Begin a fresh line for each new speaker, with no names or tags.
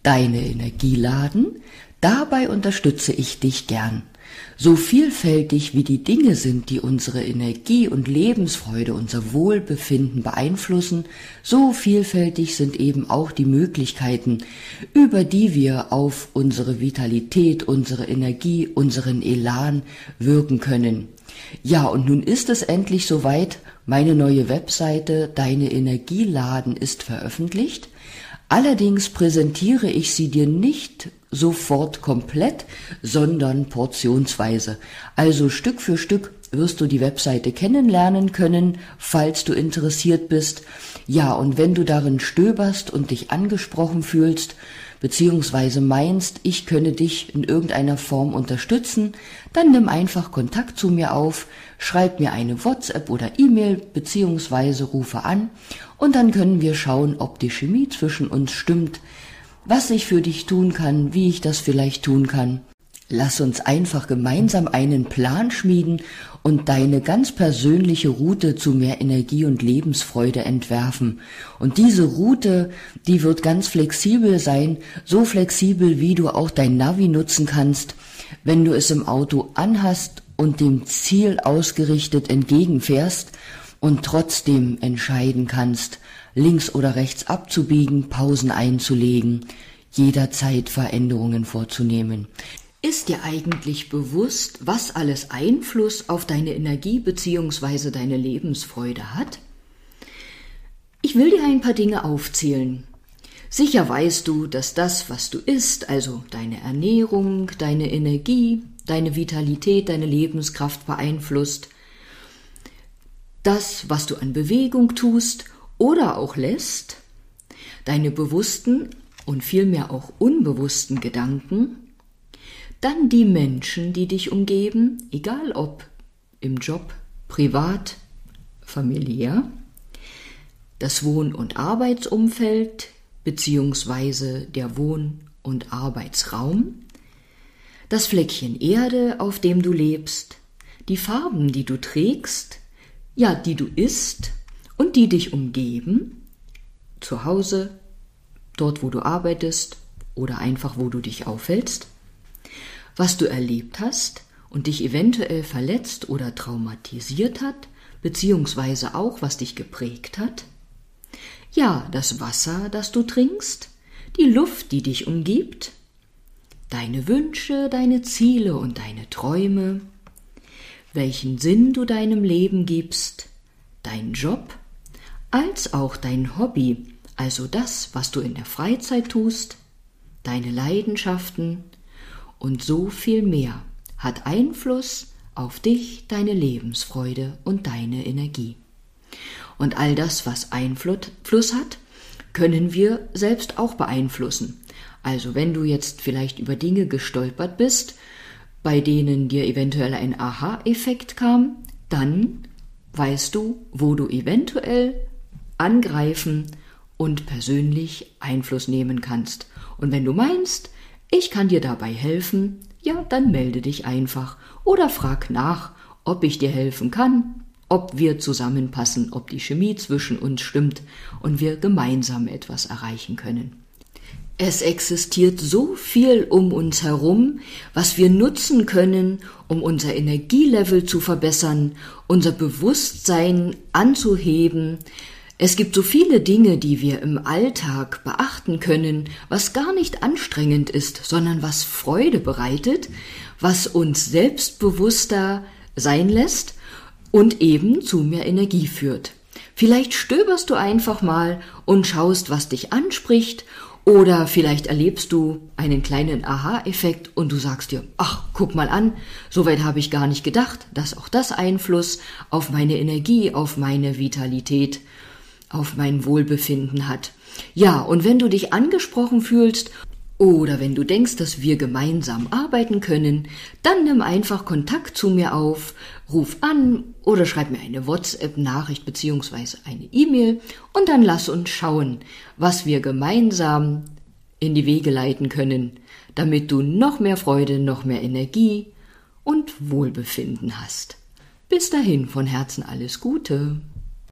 deine Energieladen. Dabei unterstütze ich dich gern. So vielfältig wie die Dinge sind, die unsere Energie und Lebensfreude, unser Wohlbefinden beeinflussen, so vielfältig sind eben auch die Möglichkeiten, über die wir auf unsere Vitalität, unsere Energie, unseren Elan wirken können. Ja, und nun ist es endlich soweit. Meine neue Webseite Deine Energieladen ist veröffentlicht. Allerdings präsentiere ich sie dir nicht sofort komplett, sondern portionsweise. Also Stück für Stück wirst du die Webseite kennenlernen können, falls du interessiert bist. Ja, und wenn du darin stöberst und dich angesprochen fühlst, beziehungsweise meinst, ich könne dich in irgendeiner Form unterstützen, dann nimm einfach Kontakt zu mir auf, schreib mir eine WhatsApp oder E-Mail, beziehungsweise rufe an und dann können wir schauen, ob die Chemie zwischen uns stimmt, was ich für dich tun kann, wie ich das vielleicht tun kann. Lass uns einfach gemeinsam einen Plan schmieden und deine ganz persönliche Route zu mehr Energie und Lebensfreude entwerfen. Und diese Route, die wird ganz flexibel sein, so flexibel, wie du auch dein Navi nutzen kannst, wenn du es im Auto anhast und dem Ziel ausgerichtet entgegenfährst und trotzdem entscheiden kannst, links oder rechts abzubiegen, Pausen einzulegen, jederzeit Veränderungen vorzunehmen. Ist dir eigentlich bewusst, was alles Einfluss auf deine Energie bzw. deine Lebensfreude hat? Ich will dir ein paar Dinge aufzählen. Sicher weißt du, dass das, was du isst, also deine Ernährung, deine Energie, deine Vitalität, deine Lebenskraft beeinflusst. Das, was du an Bewegung tust oder auch lässt, deine bewussten und vielmehr auch unbewussten Gedanken, dann die Menschen, die dich umgeben, egal ob im Job, privat, familiär, das Wohn- und Arbeitsumfeld beziehungsweise der Wohn- und Arbeitsraum, das Fleckchen Erde, auf dem du lebst, die Farben, die du trägst, ja, die du isst und die dich umgeben, zu Hause, dort, wo du arbeitest oder einfach, wo du dich aufhältst, was du erlebt hast und dich eventuell verletzt oder traumatisiert hat, beziehungsweise auch, was dich geprägt hat. Ja, das Wasser, das du trinkst, die Luft, die dich umgibt, deine Wünsche, deine Ziele und deine Träume, welchen Sinn du deinem Leben gibst, dein Job, als auch dein Hobby, also das, was du in der Freizeit tust, deine Leidenschaften, und so viel mehr hat Einfluss auf dich, deine Lebensfreude und deine Energie. Und all das, was Einfluss hat, können wir selbst auch beeinflussen. Also wenn du jetzt vielleicht über Dinge gestolpert bist, bei denen dir eventuell ein Aha-Effekt kam, dann weißt du, wo du eventuell angreifen und persönlich Einfluss nehmen kannst. Und wenn du meinst, ich kann dir dabei helfen, ja, dann melde dich einfach oder frag nach, ob ich dir helfen kann, ob wir zusammenpassen, ob die Chemie zwischen uns stimmt und wir gemeinsam etwas erreichen können. Es existiert so viel um uns herum, was wir nutzen können, um unser Energielevel zu verbessern, unser Bewusstsein anzuheben. Es gibt so viele Dinge, die wir im Alltag beachten können, was gar nicht anstrengend ist, sondern was Freude bereitet, was uns selbstbewusster sein lässt und eben zu mehr Energie führt. Vielleicht stöberst du einfach mal und schaust, was dich anspricht, oder vielleicht erlebst du einen kleinen Aha-Effekt und du sagst dir, ach, guck mal an, so weit habe ich gar nicht gedacht, dass auch das Einfluss auf meine Energie, auf meine Vitalität, auf mein Wohlbefinden hat. Ja, und wenn du dich angesprochen fühlst oder wenn du denkst, dass wir gemeinsam arbeiten können, dann nimm einfach Kontakt zu mir auf, ruf an oder schreib mir eine WhatsApp-Nachricht bzw. eine E-Mail und dann lass uns schauen, was wir gemeinsam in die Wege leiten können, damit du noch mehr Freude, noch mehr Energie und Wohlbefinden hast. Bis dahin von Herzen alles Gute.